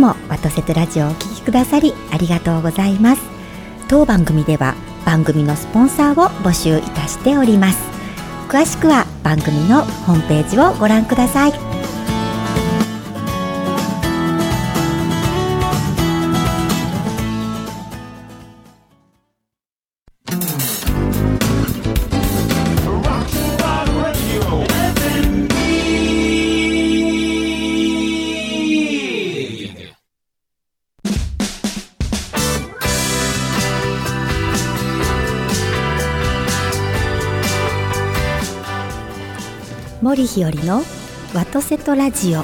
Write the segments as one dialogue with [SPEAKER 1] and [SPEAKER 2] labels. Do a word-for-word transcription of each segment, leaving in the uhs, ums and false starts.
[SPEAKER 1] もワトセトラジオをお聞きくださりありがとうございます。当番組では番組のスポンサーを募集いたしております。詳しくは番組のホームページをご覧ください。森日和のワトセトラジオ。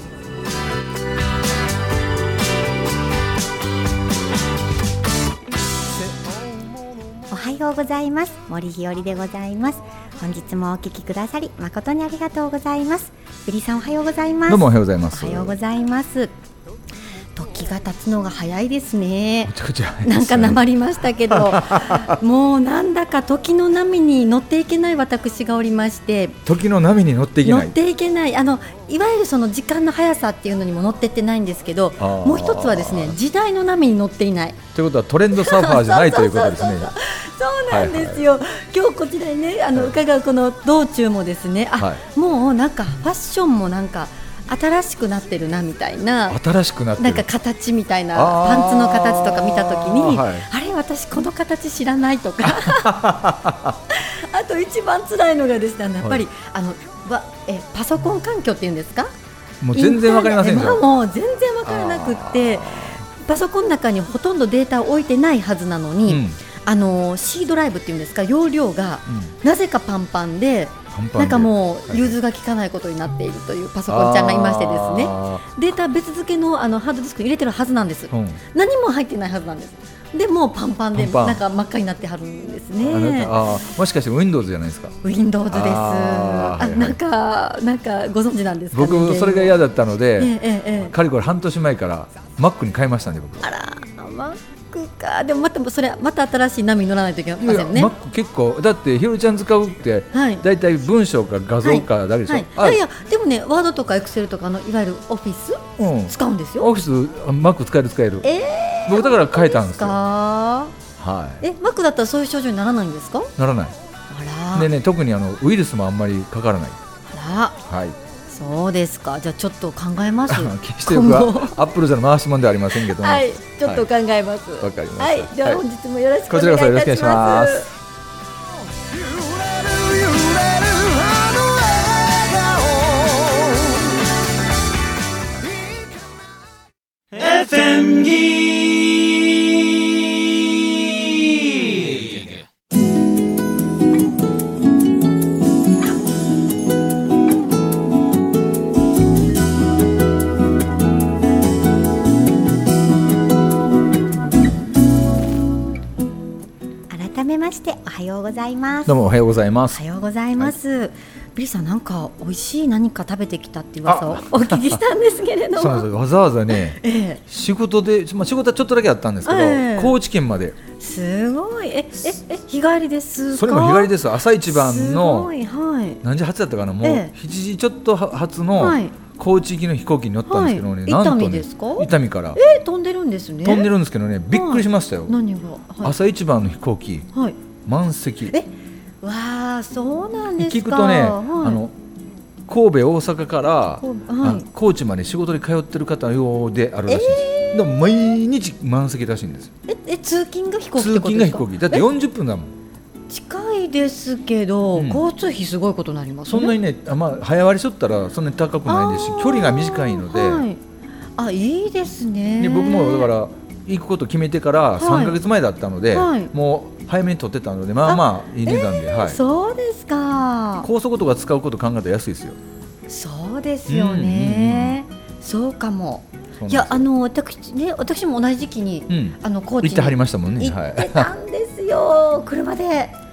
[SPEAKER 1] おはようございます。森日和でございます。本日もお聞きくださり誠にありがとうございます。ビリーさんおはようございます。
[SPEAKER 2] どうもおはようございます。
[SPEAKER 1] おはようございます。時が経つのが早いですね。
[SPEAKER 2] めちゃくちゃ早いですね。
[SPEAKER 1] なんかなまりましたけどもうなんだか時の波に乗っていけない私がおりまして、
[SPEAKER 2] 時の波に乗っていけない
[SPEAKER 1] 乗っていけないあのいわゆるその時間の速さっていうのにも乗っていってないんですけど、もう一つはですね時代の波に乗っていない
[SPEAKER 2] ということはトレンドサーファーじゃないということですね。
[SPEAKER 1] そうなんですよ、はいはい、今日こちらにねあの伺うこの道中もですね、あ、はい、もうなんかファッションもなんか新しくなってるなみたいな、
[SPEAKER 2] 新しくなってる
[SPEAKER 1] なんか形みたいなパンツの形とか見たときに、はい、あれ私この形知らないとかあと一番辛いのがですね、やっぱり、はい、あのえパソコン環境っていうんですか、
[SPEAKER 2] もう全然わかりませんでしょ。
[SPEAKER 1] もう全然わからなくってパソコンの中にほとんどデータを置いてないはずなのに、うん、あの C ドライブっていうんですか、容量がなぜかパンパンで、うん、なんかもう融通が利かないことになっているというパソコンちゃんがいましてですね、データ別付け の, あのハードディスクに入れてるはずなんです、うん、何も入ってないはずなんです。でもパンパンで
[SPEAKER 2] パンパン
[SPEAKER 1] なんか真っ赤になってはるんですね。
[SPEAKER 2] ああ、もしかして Windows じゃないですか。
[SPEAKER 1] Windows です。あ、あ、なんかなんかご存知なんですかね。
[SPEAKER 2] 僕それが嫌だったので、
[SPEAKER 1] ええええ、
[SPEAKER 2] かれこれ半年前から Mac に変えましたね僕。
[SPEAKER 1] あら Macか。でもまたそれまた新しい波に乗らないといけませんね。
[SPEAKER 2] いや Mac 結構だってひろちゃん使うってだいたい文章か画像かだけでしょ、はいはい、いやいやでもねワードとかエクセルとかのいわゆるオフィス、うん、使うんですよ。オフィス Mac 使える使える、えー、僕だから変えたんですよ。はい、
[SPEAKER 1] え Mac だったらそういう症状にならないんですか。
[SPEAKER 2] ならない。
[SPEAKER 1] あら
[SPEAKER 2] でね、特にあのウイルスもあんまりかからない。
[SPEAKER 1] あら、
[SPEAKER 2] はい、
[SPEAKER 1] そうですか。じゃあちょっと考えます
[SPEAKER 2] 決して僕はアップル社の回しもんではありませんけども、
[SPEAKER 1] はい、ちょっと考えます。
[SPEAKER 2] わ、はい、かりました。
[SPEAKER 1] はい、では本日もよろしくお願いいたします。
[SPEAKER 2] こちらこそよろしくお願いします。
[SPEAKER 3] エフエム ギ
[SPEAKER 1] 改めましておはようございます。
[SPEAKER 2] どうもおはようございます。
[SPEAKER 1] おはようございます、はい、ビリーさんなんか美味しい何か食べてきたって噂をお聞きしたんですけれども
[SPEAKER 2] そうなんです。わざわざね、ええ、仕事で、まあ、仕事はちょっとだけあったんですけど、ええ、高知県まですご
[SPEAKER 1] いえええ日帰りですか。
[SPEAKER 2] それも日帰りです。朝一番の
[SPEAKER 1] すごい、はい、
[SPEAKER 2] 何時発だったかな、もう、ええ、しちじちょっと発の、はい、高知行きの飛行機に乗ったんですけどね、はい、なんとね、伊丹ですか。伊丹から、
[SPEAKER 1] えー、飛んでるんですね。
[SPEAKER 2] 飛んでるんですけどね、びっくりしましたよ、はい、
[SPEAKER 1] 何が、はい、
[SPEAKER 2] 朝一番の飛行機、はい、満席。
[SPEAKER 1] えわあ、そうなんですか。
[SPEAKER 2] 聞くとね、はい、あの神戸大阪から、はい、高知まで仕事で通ってる方用であるらしいです、えー、でも毎日満席らしいんです。
[SPEAKER 1] ええ通勤が飛行機ってことですか。通勤が飛行機
[SPEAKER 2] だってよんじゅっぷんだもん。
[SPEAKER 1] 近いですけど、うん、交通費すごいことになりますね。
[SPEAKER 2] そんなにね、まあ、早割りしとったらそんなに高くないですし、距離が短いので、はい、
[SPEAKER 1] あ、いいですね。
[SPEAKER 2] で僕もだから行くこと決めてからさんかげつまえだったので、はい、もう早めに取ってたので、まあまあいい値段で、えーはい、そうですか。高速とか使うこと考えたら安いですよ。
[SPEAKER 1] そうですよね、うんうんうん、そうかも。いや、あの 私, ね、私も同じ時期に、うん、あの高知に
[SPEAKER 2] 行ってはりましたもんね。
[SPEAKER 1] 行ってたんですよ、はい、車で。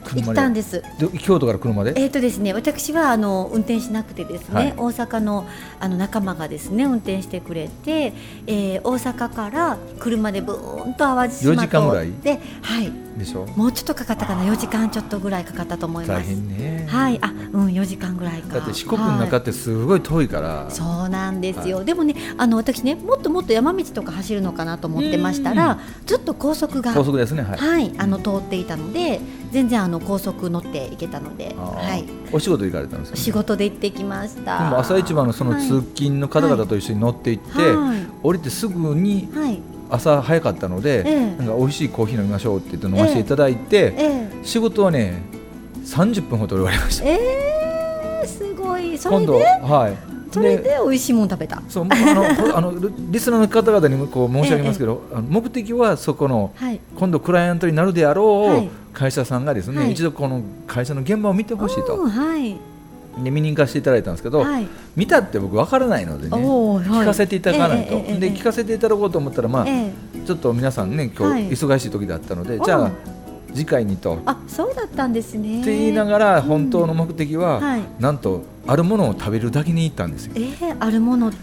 [SPEAKER 1] 行ったんです。
[SPEAKER 2] 京都から車で？
[SPEAKER 1] えーとですね、私はあの運転しなくてですね、はい、大阪のあの仲間がですね運転してくれて、えー、大阪から車でブーンと淡路島と
[SPEAKER 2] よじかんぐらい
[SPEAKER 1] で、はい、
[SPEAKER 2] でしょ。
[SPEAKER 1] もうちょっとかかったかな、よじかんちょっとぐらいかかったと思います。
[SPEAKER 2] 大変ね。
[SPEAKER 1] はい、あ、うん、よじかんぐらいか。
[SPEAKER 2] だって四国の中ってすごい遠いから、はい、
[SPEAKER 1] そうなんですよ、はい、でもね、あの私ね、もっともっと山道とか走るのかなと思ってましたら、ずっと高速が
[SPEAKER 2] 高速ですね、はい、
[SPEAKER 1] はい、あの通っていたので、全然あの高速乗って行けたので、はい、
[SPEAKER 2] お仕事行かれたんですか、ね、
[SPEAKER 1] 仕事で行ってきました。
[SPEAKER 2] でも朝一番のその通勤の方々と一緒に乗って行って、はい、降りてすぐに、はい、朝早かったので、ええ、なんか美味しいコーヒー飲みましょうって言って飲ませていただいて、ええ、仕事はねさんじゅっぷんほどで終わりました。
[SPEAKER 1] えー、すごい。それで、
[SPEAKER 2] 今度、はい、
[SPEAKER 1] それで美味しいもの食べた。
[SPEAKER 2] そう、あのあのリスナーの方々にこう申し上げますけど、ええ、あの目的はそこの、はい、今度クライアントになるであろう、はい、会社さんがですね、はい、一度この会社の現場を見てほしいと、はい、で見に行かせていただいたんですけど、はい、見たって僕分からないのでね、はい、聞かせていただかないと、えええ、で聞かせていただこうと思ったら、まあえ、ちょっと皆さんね今日忙しい時だったので、はい、じゃあ次回にと、
[SPEAKER 1] あ、そうだったんですね
[SPEAKER 2] って言いながら、本当の目的は、うん、はい、なんとあるものを食べるだけに行ったんですよ。
[SPEAKER 1] えー、あるものって、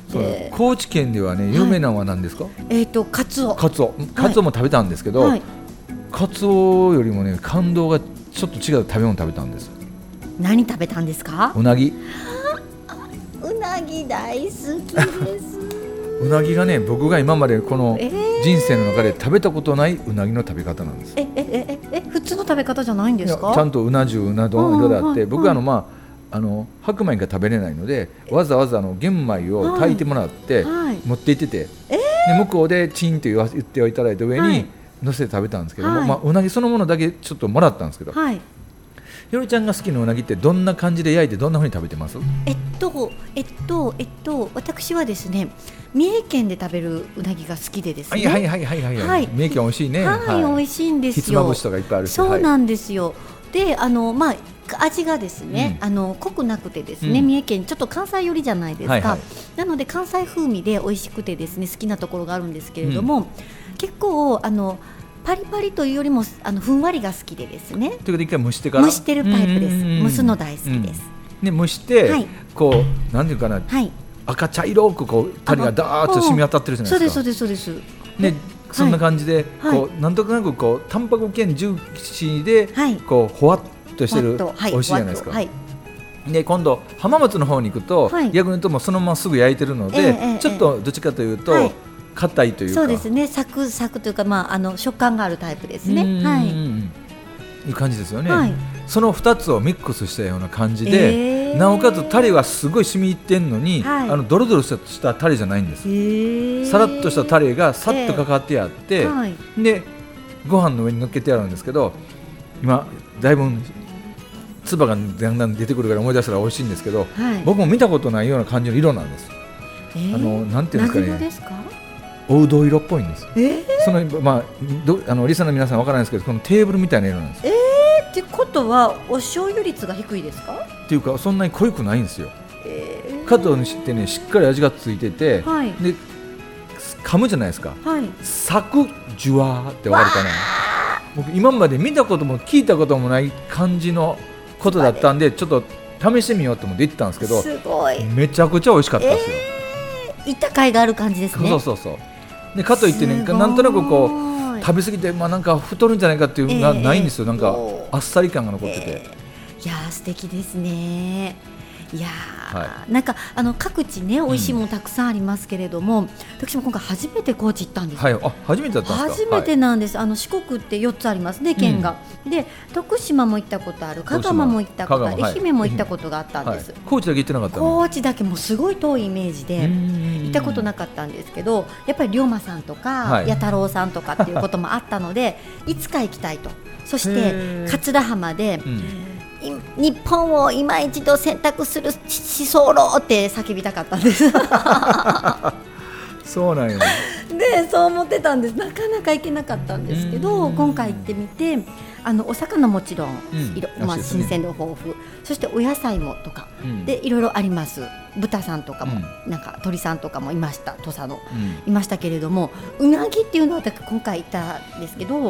[SPEAKER 2] 高知県ではね有名なのは何ですか？はい、
[SPEAKER 1] えーとカツオ
[SPEAKER 2] カツオカツオも食べたんですけど、はい、カツオよりもね感動がちょっと違う食べ物食べたんです。
[SPEAKER 1] 何食べたんですか？
[SPEAKER 2] うなぎ。
[SPEAKER 1] うなぎ大好きです
[SPEAKER 2] うなぎがね、僕が今までこの人生の中で食べたことないうなぎの食べ方なんです。
[SPEAKER 1] えええええ普通の食べ方じゃないんですか？
[SPEAKER 2] ちゃんとうな重うな丼いろいろあって、僕はあの、まあ、あの白米が食べれないのでわざわざあの玄米を炊いてもらって持って行ってて、で向こうでチンと言わ言っていただいた上に乗せて食べたんですけども、まあ、うなぎそのものだけちょっともらったんですけど、はい、ひろりちゃんが好きなうなぎってどんな感じで焼いてどんな風に食べてます？
[SPEAKER 1] えっとえっとえっと私はですね、三重県で食べるうなぎが好きでですね、
[SPEAKER 2] はいはいはいはいはい、はい、三重県美味しいね、
[SPEAKER 1] はい、はい、美味しいんですよ。
[SPEAKER 2] ひつまぶしとかいっぱいあるし、
[SPEAKER 1] そうなんですよ、はい、であのまあ味がですね、うん、あの濃くなくてですね、うん、三重県ちょっと関西寄りじゃないですか、はいはい、なので関西風味で美味しくてですね好きなところがあるんですけれども、うん、結構あのパリパリというよりもあのふんわりが好きでですね。
[SPEAKER 2] ということで一回蒸してから
[SPEAKER 1] 蒸してるタイプです。蒸すの大好きです。
[SPEAKER 2] うん、で蒸して、はい、こうなんていうかな、はい、赤茶色くこうタレがダーッと染み渡ってるじゃないですか。
[SPEAKER 1] そうですそうですそうです。
[SPEAKER 2] ね、そんな感じで、はい、こうなんとなくこうタンパク兼ジューシーで、はい、こうほわっとしてる、はい、美味しいじゃないですか。はい、で今度浜松の方に行くと、はい、逆に言うともうそのまますぐ焼いてるので、えーえー、ちょっとどっちかというと、はい、硬いというか、
[SPEAKER 1] そうですね、サクサクというか、まあ、あの食感があるタイプですね。はい、
[SPEAKER 2] いう感じですよね。はい、そのふたつをミックスしたような感じで、えー、なおかつタレはすごい染み入ってんのに、はい、あのドロドロしたタレじゃないんです。えー、さらっとしたタレがさっとかかってあって、えーはい、でご飯の上に乗っけてあるんですけど、今だいぶ唾がだんだん出てくるから思い出したら美味しいんですけど、はい、僕も見たことないような感じの色なんです。えー、あのなんていうんですかね、
[SPEAKER 1] 何色ですか？
[SPEAKER 2] 黄土色っぽいんです。
[SPEAKER 1] えー、
[SPEAKER 2] そのまあどあのリスナーの皆さんわからないですけど、このテーブルみたいな色なんです。
[SPEAKER 1] えー、ってことはお醤油率が低いですか？
[SPEAKER 2] っていうかそんなに濃くないんですよ。えー、かとしてね、しっかり味がついてて、はい、で噛むじゃないですか。はい、サクジュワーってわかるかな。僕今まで見たことも聞いたこともない感じのことだったんで、ちょっと試してみようと思って言ってたんですけど、
[SPEAKER 1] すごい
[SPEAKER 2] めちゃくちゃ美味しかったですよ。
[SPEAKER 1] えー、いった甲斐がある感じですね。
[SPEAKER 2] そうそうそう。でかといってね、なんとなくこう食べ過ぎて、まあ、なんか太るんじゃないかっていうのがないんですよ。なんかあっさり感が残ってて、え
[SPEAKER 1] ー、いやー素敵ですね。いやー、はい、なんかあの各地ね美味しいものたくさんありますけれども、うん、私も今回初めて高知行ったんですよ。
[SPEAKER 2] はい、あ初めてだったんですか？
[SPEAKER 1] 初めてなんです。はい、あの四国ってよっつありますね、県が。うん、で徳島も行ったことある、香川も行ったことある、愛媛も行ったことがあったんです。はい、
[SPEAKER 2] 高知だけ行ってなかったの？
[SPEAKER 1] 高知だけもすごい遠いイメージで行ったことなかったんですけど、やっぱり龍馬さんとか、はい、弥太郎さんとかっていうこともあったのでいつか行きたいと。そして桂浜で、うん、日本を今一度選択するしそうろって叫びたかったんです
[SPEAKER 2] そうなんよ。
[SPEAKER 1] でそう思ってたんです。なかなか行けなかったんですけど、今回行ってみて、あのお魚もちろん、うんまあ、新鮮で豊富、そしてお野菜もとか、うん、でいろいろあります。豚さんとかも、うん、なんか鳥さんとかもいました。土佐の、うん、いましたけれども、うなぎっていうのは私今回行ったんですけど、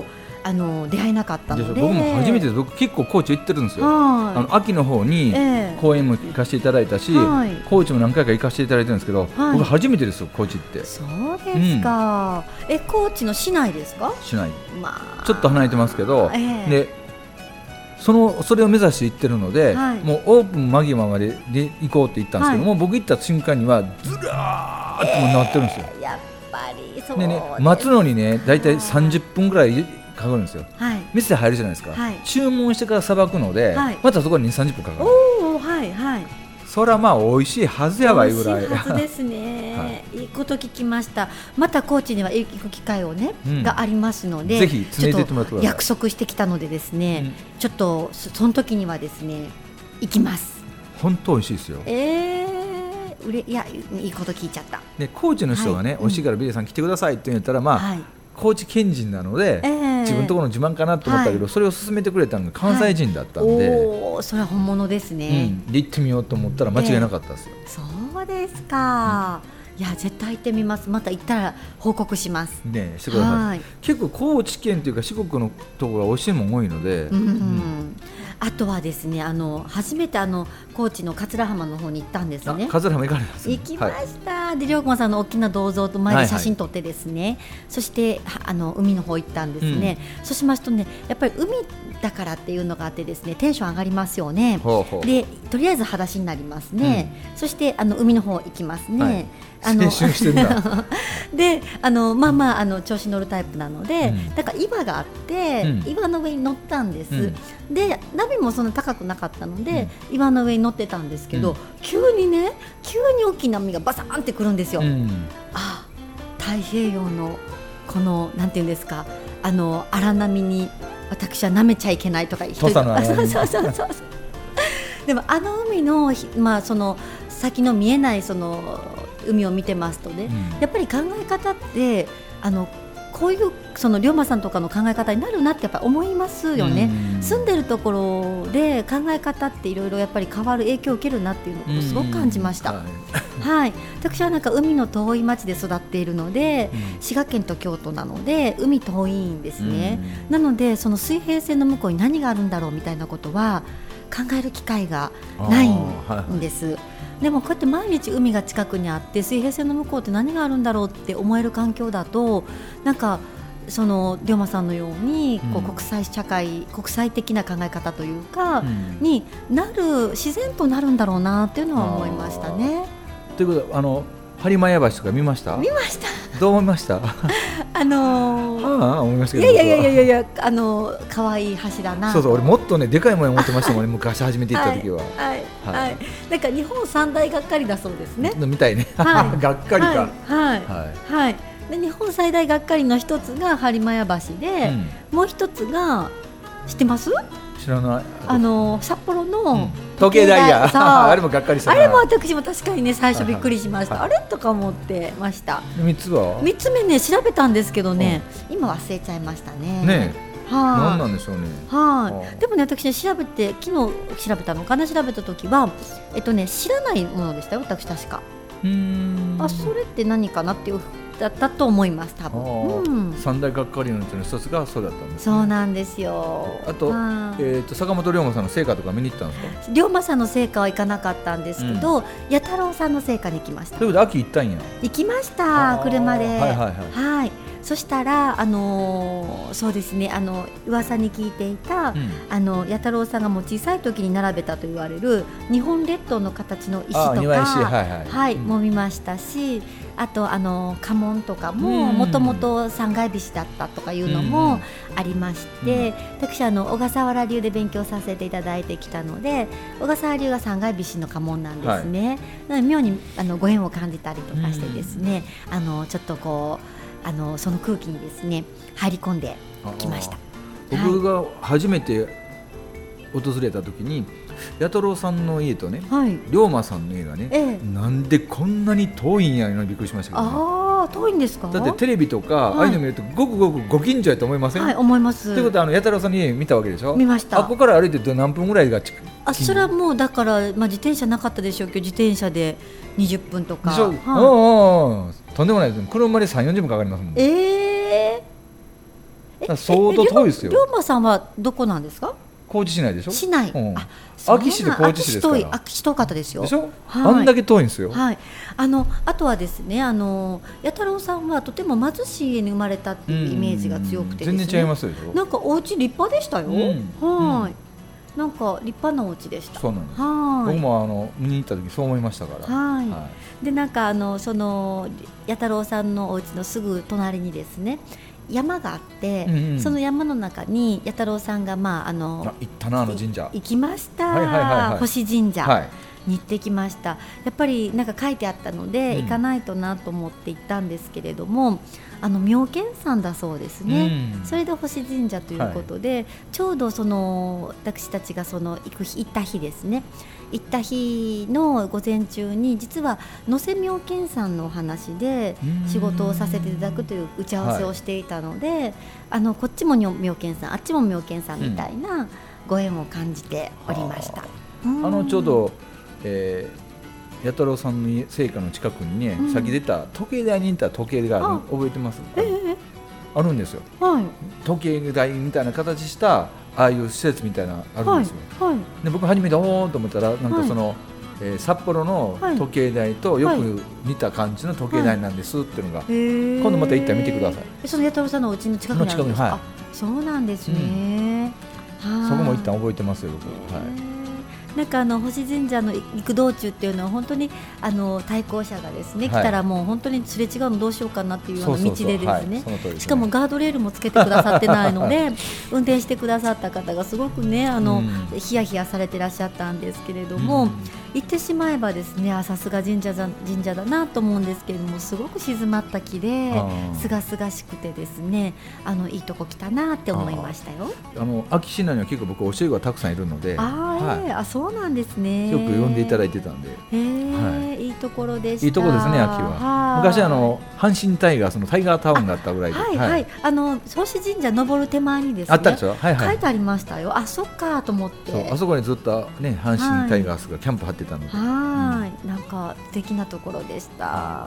[SPEAKER 1] あの出会えなかったので、
[SPEAKER 2] 僕も初めて僕結構高知行ってるんですよ。あの秋の方に公演も行かせていただいたし、はい、高知も何回か行かせていただいてるんですけど、はい、僕初めてですよ高知って。
[SPEAKER 1] そうですか、うん、え高知の市内ですか？
[SPEAKER 2] 市内、まあ、ちょっと離れてますけど、えー、でそのそれを目指して行ってるので、はい、もうオープン間際までで行こうって言ったんですけども、はい、僕行った瞬間にはずらーっともうなってるんですよ、
[SPEAKER 1] えー、やっぱりそうで
[SPEAKER 2] ね、待つのにねだいたいさんじゅっぷんぐらいかかるんですよ、はい、店入るじゃないですか、はい、注文してからさばくので、はい、またそこににじゅう、さんじゅっぷんかかる。
[SPEAKER 1] おー、はいはい、
[SPEAKER 2] そらまあ美味しいはずやわいぐらい。
[SPEAKER 1] 美味しいはずですね、はい、いいこと聞きました。また高知には行く機会をね、うん、がありますので、
[SPEAKER 2] ぜひ常に出てもらってください。
[SPEAKER 1] 約束してきたのでですね、うん、ちょっとその時にはですね行きます。
[SPEAKER 2] 本当美味しいですよ。
[SPEAKER 1] えー、うれいやいいこと聞いちゃった。
[SPEAKER 2] で高知の人がね、はい、美味しいからビレさん来てくださいって言ったら、まあ、はい、高知県人なので、えー、自分のところの自慢かなと思ったけど、はい、それを勧めてくれたのが関西人だったんで、はい、
[SPEAKER 1] おそれは本物ですね、
[SPEAKER 2] うん、で行ってみようと思ったら間違いなかったですよ、
[SPEAKER 1] えー、そうですか、うん、いや絶対行ってみます。また行ったら報告します、
[SPEAKER 2] ね、してください。はい、結構高知県というか四国のところは美味しいもん多いので、うんうんうん、
[SPEAKER 1] あとはですね、あの初めてあの高知の桂浜の方に行ったんですね。
[SPEAKER 2] 桂浜行かれたんですね。
[SPEAKER 1] 行きました、はい、で龍馬さんの大きな銅像と前で写真撮ってですね、はいはい、そしてあの海の方行ったんですね、うん、そうしますとねやっぱり海だからっていうのがあってですねテンション上がりますよね。ほうほう。でとりあえず裸足になりますね、うん、そしてあの海の方行きますね、はい、あの
[SPEAKER 2] してんだ
[SPEAKER 1] であのまあまああの調子乗るタイプなので、うん、だから岩があって、うん、岩の上に乗ったんです、うん、でナビもそんな高くなかったので、うん、岩の上に乗ってたんですけど、うん、急にね急に大きな波がバサーンってくるんですよ、うん、あ太平洋のこのなんていうんですかあの荒波に私は舐めちゃいけないとか一人であそうそうそうそうでもあの海の、まあ、その先の見えないその海を見てますとね、うん、やっぱり考え方ってあのこういうその龍馬さんとかの考え方になるなってやっぱ思いますよね。住んでるところで考え方っていろいろやっぱり変わる影響を受けるなっていうのをすごく感じました。はい、はい、私はなんか海の遠い町で育っているので、うん、滋賀県と京都なので海遠いんですね。なのでその水平線の向こうに何があるんだろうみたいなことは考える機会がないんです。はいはい、でもこうやって毎日海が近くにあって水平線の向こうって何があるんだろうって思える環境だとなんかその龍馬さんのようにこう国際社会、うん、国際的な考え方というか、うん、になる自然となるんだろうなっていうのは思いましたね。
[SPEAKER 2] ということであの播磨屋橋とか見ました？
[SPEAKER 1] 見ました。
[SPEAKER 2] どう思いました？
[SPEAKER 1] あのー、
[SPEAKER 2] ああ思いましたけ
[SPEAKER 1] どいやいやいやいやいやあのー、可愛い橋だな。
[SPEAKER 2] そうそう俺もっとねでかいもの持ってましたもんね昔初めて行った時は。
[SPEAKER 1] はいはい、はい、なんか日本三大がっかりだそうですね。
[SPEAKER 2] みたいね。はい、がっかりか。はい
[SPEAKER 1] はい、はいはい、で日本最大がっかりの一つが播磨屋橋で、うん、もう一つが知ってます？
[SPEAKER 2] 知らない。
[SPEAKER 1] あの札幌の
[SPEAKER 2] 時計台や、うん、あれもがっかりしたな。
[SPEAKER 1] あれも私も確かにね最初びっくりしました、はいはい、あれとか思ってました。
[SPEAKER 2] みっつは
[SPEAKER 1] みっつめね調べたんですけどね、うん、今忘れちゃいましたね。
[SPEAKER 2] ねえ、はあ、何なんでしょうね。
[SPEAKER 1] はあ、でもね私ね調べて昨日調べたのかな調べた時はえっとね知らないものでしたよ私確か。うーんあそれって何かなっていうだったと思います多分、うん、
[SPEAKER 2] 三大がっかりのうちの一つがそうだったんです、ね、
[SPEAKER 1] そうなんですよ。
[SPEAKER 2] あと、えー、と坂本龍馬さんの聖火とか見に行ったんですか？
[SPEAKER 1] 龍馬さんの聖火は行かなかったんですけど、うん、弥太郎さんの聖火に行きました。
[SPEAKER 2] ということで秋行ったんや。
[SPEAKER 1] 行きました車で。はいはいはい、はい、そしたらあのー、そうですねあの噂に聞いていた、うん、あの弥太郎さんがもう小さい時に並べたと言われる日本列島の形の石とか
[SPEAKER 2] はいはい
[SPEAKER 1] はい、うん、も見ましたしあとあの家紋とかももともと三階菱だったとかいうのもありまして、うん、私あの小笠原流で勉強させていただいてきたので小笠原流が三階菱の家紋なんですね、はい、なので妙にあのご縁を感じたりとかしてですね、うん、あのちょっとこうあのその空気にですね入り込んできました。
[SPEAKER 2] 僕が初めて訪れた時に弥太郎さんの家とね、はい、龍馬さんの家がね、ええ、なんでこんなに遠いんやのびっくりしましたけど、ね、
[SPEAKER 1] ああ遠いんですか？
[SPEAKER 2] だってテレビとか、はい、ああいうの見るとごくごくご近所やと思いません？
[SPEAKER 1] はい思います。
[SPEAKER 2] ということはあの弥太郎さんの家見たわけでしょ？
[SPEAKER 1] 見ました。
[SPEAKER 2] あここから歩いて何分ぐらいが近い？
[SPEAKER 1] あそれはもうだから、まあ、自転車なかったでしょうけど自転車でにじゅっぷんとか。
[SPEAKER 2] でしょ、はい、おうおうとんでもないです。車でさんじゅうよんじゅっぷんかかりますもん。
[SPEAKER 1] えーえ
[SPEAKER 2] 相当遠いですよ。
[SPEAKER 1] 龍馬さんはどこなんですか？
[SPEAKER 2] 高知市内でしょ。
[SPEAKER 1] 市内、うん、
[SPEAKER 2] あ安芸市と高知市ですから。
[SPEAKER 1] 安芸市遠かったですよ。
[SPEAKER 2] でしょ、はい、あんだけ遠いんですよ。
[SPEAKER 1] はい、あのあとはですね、あの弥太郎さんはとても貧しい家に生まれたっていうイメージが強くてですね、
[SPEAKER 2] 全然違いますよ。
[SPEAKER 1] なんかお家立派でしたよ。うん、はい、うん、なんか立派なお家でした。
[SPEAKER 2] そうなんです。はい、僕もあの見に行った時そう思いましたから。
[SPEAKER 1] はい、はい、でなんかあのその弥太郎さんのお家のすぐ隣にですね山があって、うんうん、その山の中に弥太郎さんが、まあ、あの
[SPEAKER 2] あ行ったなあの神社
[SPEAKER 1] 行きました、
[SPEAKER 2] はいはいはいはい、
[SPEAKER 1] 星神社に行ってきました、はい、やっぱりなんか書いてあったので、うん、行かないとなと思って行ったんですけれども、あの妙見山だそうですね、うん、それで星神社ということで、はい、ちょうどその私たちがその行く日行った日ですね、行った日の午前中に実は野瀬妙見さんのお話で仕事をさせていただくという打ち合わせをしていたので、はい、あのこっちも妙見さんあっちも妙見さんみたいなご縁を感じておりました、
[SPEAKER 2] うん、あのちょうど、えー、弥太郎さんの生家の近くにね、うん、先出た時計台にいた時計がある、覚えてます？えー、あるんですよ、はい、時計台みたいな形したああいう施設みたいなのあるんですよ、はいはい、で僕初めておーと思ったらなんかその、はい、えー、札幌の時計台とよく似た感じの時計台なんですっていうのが、はい、今度また行ったら見てください。
[SPEAKER 1] その弥太郎さんのお家の近くにあるんですか？はい、あ、そうなんですね、
[SPEAKER 2] うん、そこも一旦覚えてますよ僕、はい、
[SPEAKER 1] なんかあの星神社の行く道中っていうのは本当にあの対向車がですね、はい、来たらもう本当にすれ違うのどうしようかなっていうような道でですね、しかもガードレールもつけてくださってないので運転してくださった方がすごくねあの、うん、ヒヤヒヤされてらっしゃったんですけれども、うん、行ってしまえばですね、あ、さすが神社だ、神社だなと思うんですけれども、すごく静まった木ですがすがしくてですね、あのいいとこ来たなって思いましたよ。
[SPEAKER 2] あの安芸市内には結構僕教え子がたくさんいるので、
[SPEAKER 1] あ、はい、あ、そうなんですね。
[SPEAKER 2] よく呼んでいただいてたんで、
[SPEAKER 1] へー、はい、いいところでした。
[SPEAKER 2] いいところですね、秋は。昔あの阪神タイガースのタイガータウンがあったぐらいで、
[SPEAKER 1] はいはい、あの星神社登る手前にですね、
[SPEAKER 2] あったでしょ、はいはい、
[SPEAKER 1] 書いてありましたよ。あ、そっかと思って、
[SPEAKER 2] そう、あそこにずっとね阪神タイガースがキャンプ張ってたので、
[SPEAKER 1] はい、うん、なんか素敵なところでした、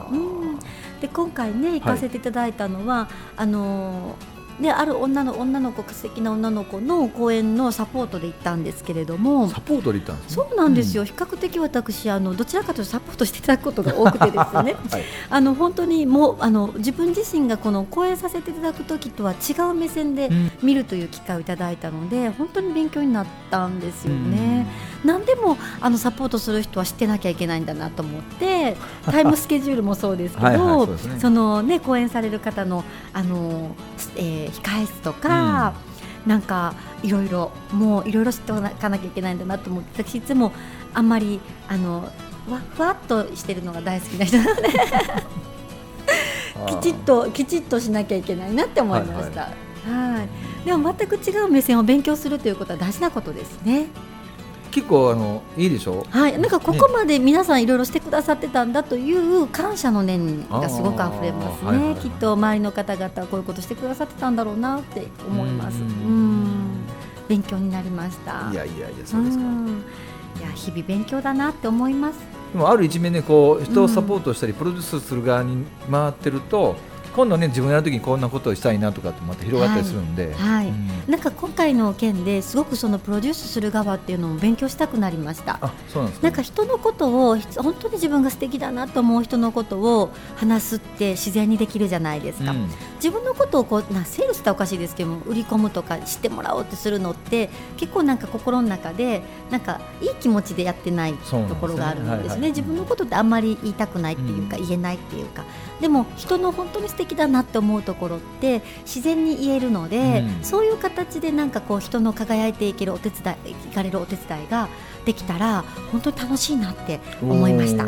[SPEAKER 1] うん、で今回ね行かせていただいたのは、はい、あのである女の女の子素敵な女の子の公演のサポートで行ったんですけれども、
[SPEAKER 2] サポートで行ったんですね。
[SPEAKER 1] そうなんですよ、うん、比較的私あのどちらかというとサポートしていただくことが多くてですね、はい、あの本当にもうあの自分自身がこの公演させていただく時とは違う目線で見るという機会をいただいたので、うん、本当に勉強になったんですよね、うん、何でもあのサポートする人は知ってなきゃいけないんだなと思ってタイムスケジュールもそうですけどはい、はい、そうですね、そのね公演される方のあの、えー、控え室とか、うん、なんかいろいろもういろいろ知っておかなきゃいけないんだなと思って、私いつもあんまりあのふわふわっとしてるのが大好きな人なのできちっときちっとしなきゃいけないなって思いました、はいはいはい、でも全く違う目線を勉強するということは大事なことですね。
[SPEAKER 2] 結構あのいいでしょ、
[SPEAKER 1] はい、なんかここまで皆さんいろいろしてくださってたんだという感謝の念がすごくあふれますね、はいはいはい、きっと周りの方々はこういうことしてくださってたんだろうなって思います。うんうん勉強になりました。
[SPEAKER 2] いやいやいやそうですか。い
[SPEAKER 1] や日々勉強だなって思います。
[SPEAKER 2] でもある一面でこう人をサポートしたりプロデュースする側に回ってると、今度ね自分やるときにこんなことをしたいなとかってまた広がったりするんで、はい
[SPEAKER 1] はいうん、なんか今回の件ですごくそのプロデュースする側っていうのも勉強したくなりました。
[SPEAKER 2] あ、そうなんですか、ね、
[SPEAKER 1] なんか人のことを本当に自分が素敵だなと思う人のことを話すって自然にできるじゃないですか、うん、自分のことをこうなセールスっておかしいですけども売り込むとか知ってもらおうってするのって結構なんか心の中でなんかいい気持ちでやってないところがあるんですね、はいはい、自分のことってあんまり言いたくないっていうか、うん、言えないっていうか、でも人の本当に素敵だなって思うところって自然に言えるので、うん、そういう形でなんかこう人の輝いていけるお手伝い、いかれるお手伝いができたら本当に楽しいなって思いました。うん、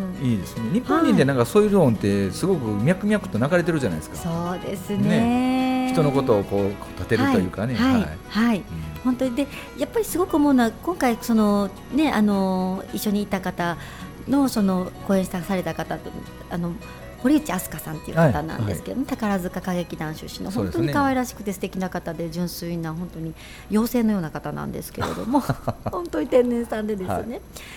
[SPEAKER 2] いいですね。日本人でなんかそういう論ってすごく脈々と流れてるじゃないですか。
[SPEAKER 1] そうですね。
[SPEAKER 2] ね、人のことをこう立てるというかね。
[SPEAKER 1] はいはい、はいはい、うん、本当にでやっぱりすごく思うのは今回そのねあの一緒にいた方のその講演された方とあの堀内飛鳥さんという方なんですけど、はいはい、宝塚歌劇団出身の本当に可愛らしくて素敵な方で純粋な本当に妖精のような方なんですけれども本当に天然さんでですね、はい、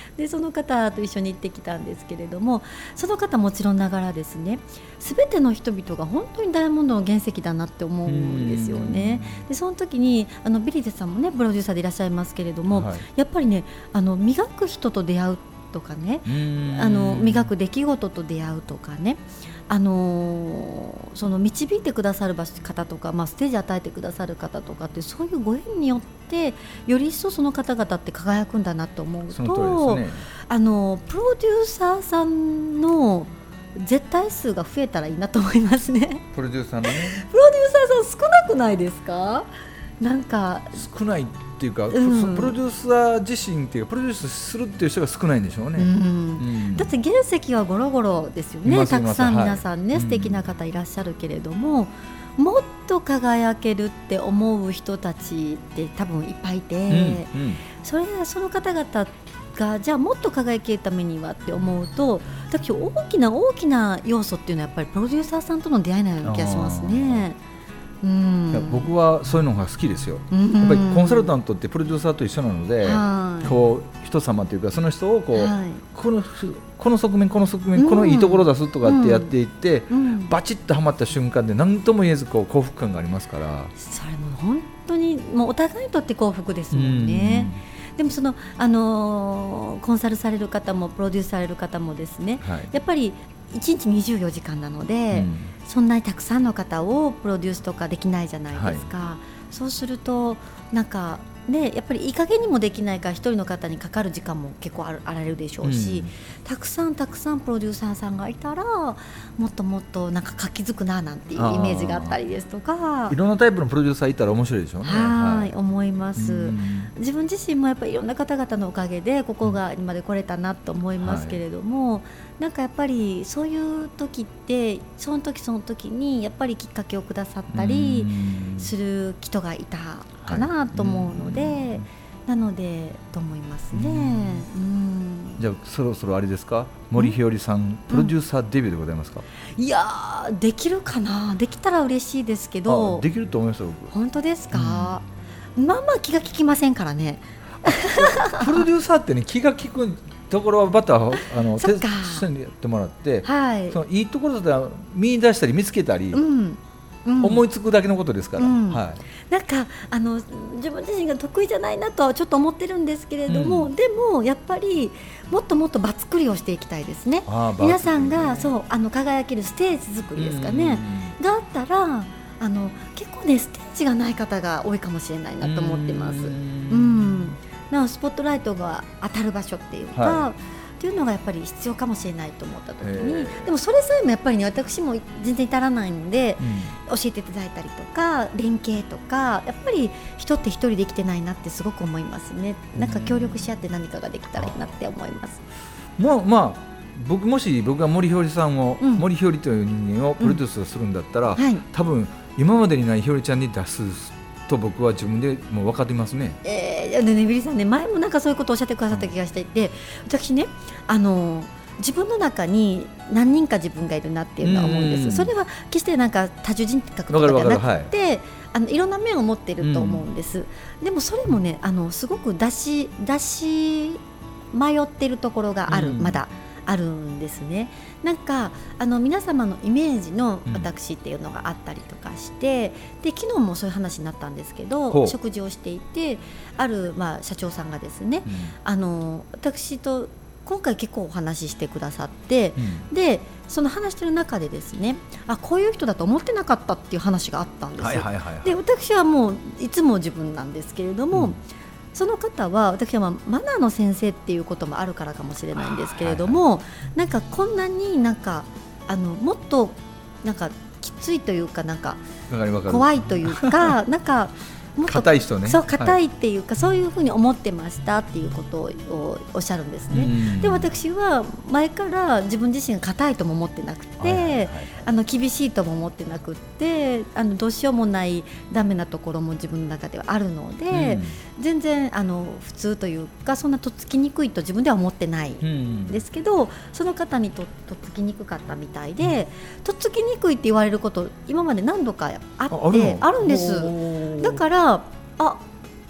[SPEAKER 1] でその方と一緒に行ってきたんですけれども、その方もちろんながらですね、全ての人々が本当にダイヤモンドの原石だなって思うんですよね。でその時にあのビリーゼさんもねプロデューサーでいらっしゃいますけれども、はい、やっぱりねあの磨く人と出会うとかね、あの磨く出来事と出会うとかね、あのー、その導いてくださる方とか、まあ、ステージ与えてくださる方とかってそういうご縁によってより一層その方々って輝くんだなと思うと、ね、あのプロデューサーさんの絶対数が増えたらいいなと思いますね。
[SPEAKER 2] プロデューサーのね
[SPEAKER 1] プロデューサーさん少なくないですか？なんか
[SPEAKER 2] 少ないっていうか、うん、プロデューサー自身っていうかプロデュースするっていう人が少ないんでしょうね、うんうん、
[SPEAKER 1] だって原石はゴロゴロですよね。たくさん皆さんね、はい、素敵な方いらっしゃるけれども、うん、もっと輝けるって思う人たちって多分いっぱいいて、うんうん、それその方々がじゃあもっと輝けるためにはって思うと、私大きな大きな要素っていうのはやっぱりプロデューサーさんとの出会いのような気がしますね。うん、
[SPEAKER 2] いや僕はそういうのが好きですよ、うん、やっぱりコンサルタントってプロデューサーと一緒なので、はい、こう人様というかその人をこう、はい、このこの側面この側面、うん、このいいところ出すとかってやっていって、うん、バチッとはまった瞬間で何とも言えずこう幸福感がありますから、
[SPEAKER 1] それも本当にもうお互いにとって幸福ですもんね、うん、でもその、あのー、コンサルされる方もプロデュースされる方もですね、はい、やっぱりいちにちにじゅうよじかんなので、うん、そんなにたくさんの方をプロデュースとかできないじゃないですか、はい、そうするとなんかね、やっぱりいい加減にもできないから一人の方にかかる時間も結構ある、あられるでしょうし、うん、たくさんたくさんプロデューサーさんがいたらもっともっとなんか活気づくななんていうイメージがあったりですとか、
[SPEAKER 2] いろんなタイプのプロデューサーいたら面白いでしょうね。
[SPEAKER 1] はい、はい、思います、うん、自分自身もやっぱりいろんな方々のおかげでここが今まで来れたなと思いますけれども、はい、なんかやっぱりそういう時ってその時その時にやっぱりきっかけをくださったりする人がいたかなと思うので、はい、なのでと思いますね。うん、
[SPEAKER 2] じゃあそろそろあれですか、森ひよりさんプロデューサーデビューでございますか？
[SPEAKER 1] いやーできるかな、できたら嬉しいですけど。
[SPEAKER 2] あできると思いますよ僕。
[SPEAKER 1] 本当ですか？うん、まあまあ気が利きませんからね。
[SPEAKER 2] プロデューサーってね気が利くところはバターあのテストにやってもらって、はい、そのいいところだったら見出したり見つけたり、うんうん、思いつくだけのことですから、うんはい、
[SPEAKER 1] なんかあの自分自身が得意じゃないなとはちょっと思ってるんですけれども、うん、でもやっぱりもっともっと場作りをしていきたいですね。皆さんがそうあの輝けるステージ作りですかね、うん、があったらあの結構ねステージがない方が多いかもしれないなと思ってます。うん、うんなおスポットライトが当たる場所っていうか、はい、っていうのがやっぱり必要かもしれないと思った時に、でもそれさえもやっぱりね私も全然至らないので、うん、教えていただいたりとか連携とかやっぱり人って一人で生きてないなってすごく思いますね。なんか協力し合って何かができたらいいなって思います。
[SPEAKER 2] もうまあ僕もし僕が森ひよりさんを、うん、森ひよりという人間をプロデュースするんだったら、うんはい、多分今までにないひよりちゃんに出すと僕は自分でもう分かってますね。
[SPEAKER 1] えー、でねビリーさんね前もなんかそういうことをおっしゃってくださった気がしていて、私ねあの自分の中に何人か自分がいるなっていうのは思うんです。それは決してなんか多重人格とかじゃなくて、はい、あのいろんな面を持っていると思うんです、うん、でもそれもねあのすごく出し出し迷っているところがある、うん、まだあるんですね。なんかあの皆様のイメージの私っていうのがあったりとかして、うん、で昨日もそういう話になったんですけど、食事をしていてある、まあ、社長さんがですね、うん、あの私と今回結構お話ししてくださって、うん、でその話してる中でですねあこういう人だと思ってなかったっていう話があったんですよ、はいはいはいはい、で私はもういつも自分なんですけれども、うんその方は私は、まあ、マナーの先生っていうこともあるからかもしれないんですけれども、はいはい、なんかこんなになんかあのもっとなんかきついというかなんか怖いというかなんかもっと
[SPEAKER 2] 硬い人ね
[SPEAKER 1] そう硬いっていうか、はい、そういうふうに思ってましたっていうことをおっしゃるんですね。で私は前から自分自身が硬いとも思ってなくて、はいはいはい、あの厳しいとも思ってなくてあのどうしようもないダメなところも自分の中ではあるので、うん、全然あの普通というかそんなとっつきにくいと自分では思ってないんですけど、うん、その方に と, とっつきにくかったみたいで、うん、とっつきにくいって言われること今まで何度かあって あ, あるんです。だからああ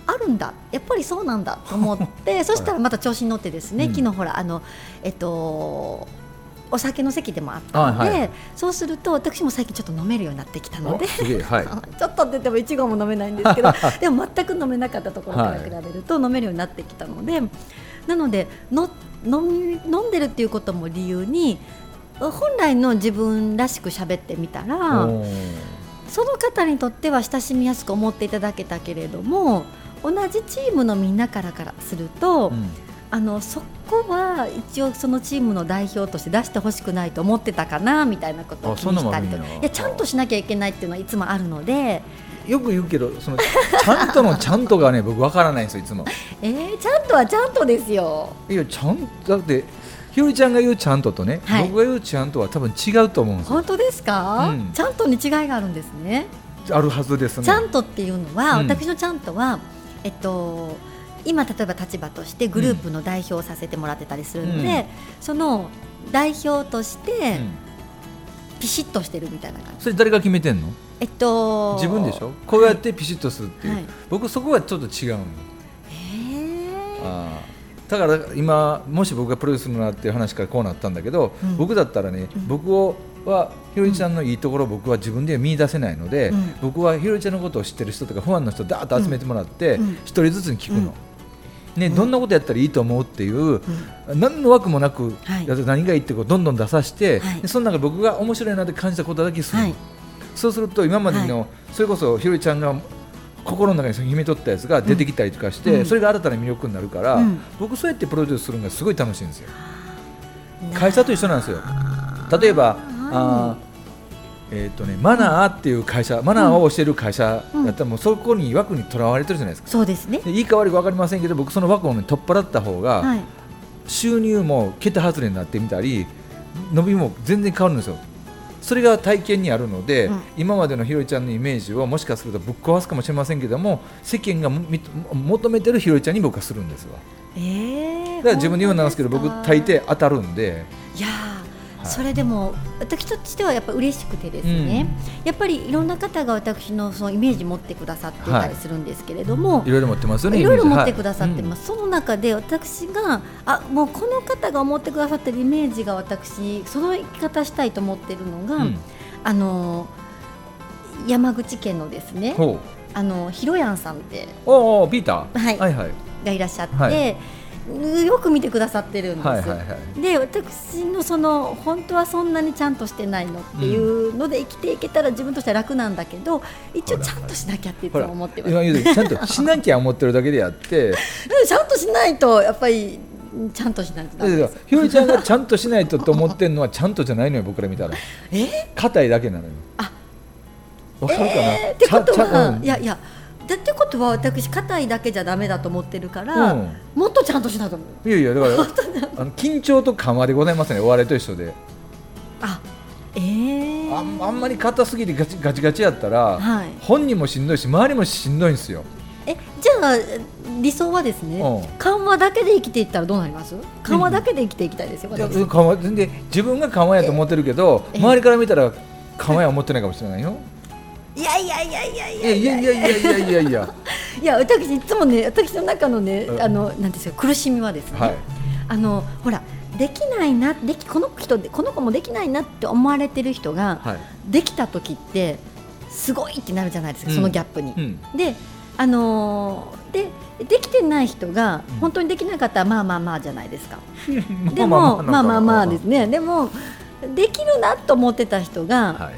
[SPEAKER 1] あるんだやっぱりそうなんだと思ってそしたらまた調子に乗ってですね、うん、昨日ほらあのえっとお酒の席でもあったので、はい、そうすると私も最近ちょっと飲めるようになってきたので、はい、ちょっとって言ってもいちごも飲めないんですけどでも全く飲めなかったところから比べると飲めるようになってきたので、はい、なのでの飲み飲んでるっていうことも理由に本来の自分らしく喋ってみたらその方にとっては親しみやすく思っていただけたけれども同じチームのみんなからからすると、うんあのそこは一応そのチームの代表として出してほしくないと思ってたかなみたいなことを気にしたりといやちゃんとしなきゃいけないっていうのはいつもあるので
[SPEAKER 2] よく言うけどそのちゃんとのちゃんとがね僕わからないんですよいつも
[SPEAKER 1] えー、ちゃんとはちゃんとですよ
[SPEAKER 2] いやちゃんだってひよりちゃんが言うちゃんととね、はい、僕が言うちゃんとは多分違うと思うんですよ
[SPEAKER 1] 本当ですか、うん、ちゃんとに違いがあるんですね
[SPEAKER 2] あるはずですね
[SPEAKER 1] ちゃんとっていうのは、うん、私のちゃんとはえっと今例えば立場としてグループの代表をさせてもらってたりするので、うん、その代表としてピシッとしてるみたいな感じ。
[SPEAKER 2] それ誰が決めてんの？え
[SPEAKER 1] っと
[SPEAKER 2] 自分でしょ。こうやってピシッとするっていう、はい、僕そこはちょっと違うの。
[SPEAKER 1] へ
[SPEAKER 2] あだから今もし僕がプロデュースするなっていう話からこうなったんだけど、うん、僕だったらね、うん、僕をはひよりちゃんのいいところを僕は自分では見出せないので、うん、僕はひよりちゃんのことを知ってる人とかファンの人をダーッと集めてもらって一、うん、人ずつに聞くの、うんね、どんなことやったらいいと思うっていう、うん、何の枠もなく、はい、何がいいってことをどんどん出させて、はい、でその中で僕が面白いなって感じたことだけする、はい、そうすると今までの、はい、それこそひよりちゃんが心の中に秘めとったやつが出てきたりとかして、うん、それが新たな魅力になるから、うん、僕そうやってプロデュースするのがすごい楽しいんですよ。会社と一緒なんですよ。例えばあえーとね、マナーっていう会社、マナーを教える会社だったらもうそこに枠にとらわれてるじゃないですか。
[SPEAKER 1] そうですね。
[SPEAKER 2] でいいか悪いか分かりませんけど僕その枠を、ね、取っ払った方が、はい、収入も桁外れになってみたり伸びも全然変わるんですよ。それが体験にあるので、うん、今までのひろりちゃんのイメージをもしかするとぶっ壊すかもしれませんけども世間が求めてるひろりちゃんに僕はするんですわ。
[SPEAKER 1] えー、
[SPEAKER 2] だから自分で言うなんですけど僕大抵当たるんで。
[SPEAKER 1] いやそれでも私としてはやっぱ嬉しくてですね、うん、やっぱりいろんな方が私のそのイメージ持ってくださってたりするんですけれども、
[SPEAKER 2] はい、いろいろ持ってますよね。
[SPEAKER 1] いろいろ持ってくださってます、はい、その中で私があもうこの方が思ってくださってるイメージが私その生き方したいと思ってるのが、うん、あの山口県のですねあのひろやんさんって
[SPEAKER 2] おおピーター、
[SPEAKER 1] はいはいはい、がいらっしゃって、はいよく見てくださってるんです、はいはいはい、で私のその本当はそんなにちゃんとしてないのっていうので生きていけたら自分としては楽なんだけど一応ちゃんとしなきゃっていつも思ってます。今言う
[SPEAKER 2] ちゃんとしなきゃ思ってるだけであって
[SPEAKER 1] ちゃんとしないとやっぱりちゃんとしないとダメです。
[SPEAKER 2] ひよりちゃんがちゃんとしないとと思ってるのはちゃんとじゃないのよ僕ら見たら硬いだけなのよ。
[SPEAKER 1] あ
[SPEAKER 2] わかるかな、
[SPEAKER 1] えー、ってことは、うん、いやいやだってことは私硬いだけじゃダメだと思ってるから、うん、もっとちゃんとしないと思う。
[SPEAKER 2] いやいやだからあの緊張と緩和でございますねお笑いと一緒で。
[SPEAKER 1] あえー、
[SPEAKER 2] あ, あんまり硬すぎてガチガチガチやったら、はい、本人もしんどいし周りもしんどいんですよ。
[SPEAKER 1] えじゃあ理想はですね、うん、緩和だけで生きていったらどうなります？緩和だけで生きていきたいですよ、うん、
[SPEAKER 2] 私緩和で自分が緩和やと思ってるけど周りから見たら緩和や思ってないかもしれないよ。
[SPEAKER 1] いやいやいやいやいや
[SPEAKER 2] いやいやいやいやいやいや
[SPEAKER 1] いや私いつもね私の中のねあのなんですよ苦しみはですね、はい、あのほらできないなできこの人この子もできないなって思われてる人が、はい、できた時ってすごいってなるじゃないですか、うん、そのギャップに、うん、であのー、でできてない人が本当にできなかったらまあまあまあじゃないですかでもまあまあまあですねでもできるなと思ってた人が、はい、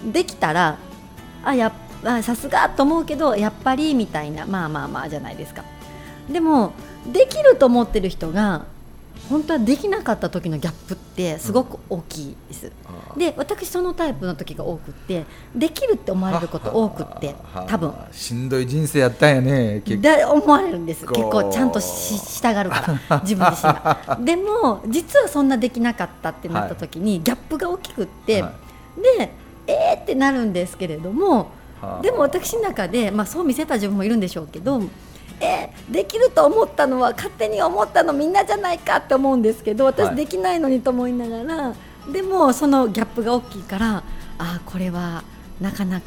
[SPEAKER 1] できたらあやあさすがと思うけどやっぱりみたいなまあまあまあじゃないですか。でもできると思ってる人が本当はできなかった時のギャップってすごく大きいです、うん、で私そのタイプの時が多くってできるって思われること多くって多分
[SPEAKER 2] しんどい人生やったんやね
[SPEAKER 1] 結構で思われるんです結構ちゃんとし従うから自分自身がでも実はそんなできなかったってなった時に、はい、ギャップが大きくって、はい、でえーってなるんですけれども、はあ、でも私の中で、まあ、そう見せた自分もいるんでしょうけどえー、できると思ったのは勝手に思ったのみんなじゃないかって思うんですけど私できないのにと思いながら、はい、でもそのギャップが大きいからあこれはなかなか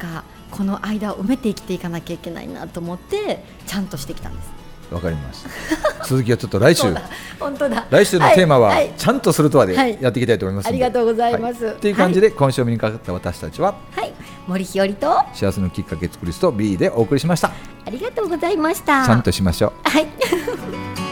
[SPEAKER 1] この間を埋めて生きていかなきゃいけないなと思ってちゃんとしてきたんです。
[SPEAKER 2] わかりました続きはちょっと来週
[SPEAKER 1] 本当だ
[SPEAKER 2] 来週のテーマは、はい、ちゃんとするとはでやっていきたいと思いますので、
[SPEAKER 1] はい、ありがとうございます、
[SPEAKER 2] はい、という感じで、はい、今週お目にかかった私たちは、
[SPEAKER 1] はい、森ひよりと
[SPEAKER 2] 幸せのきっかけ作り人 B でお送りしました。
[SPEAKER 1] ありがとうございました。
[SPEAKER 2] ちゃんとしましょう。
[SPEAKER 1] はい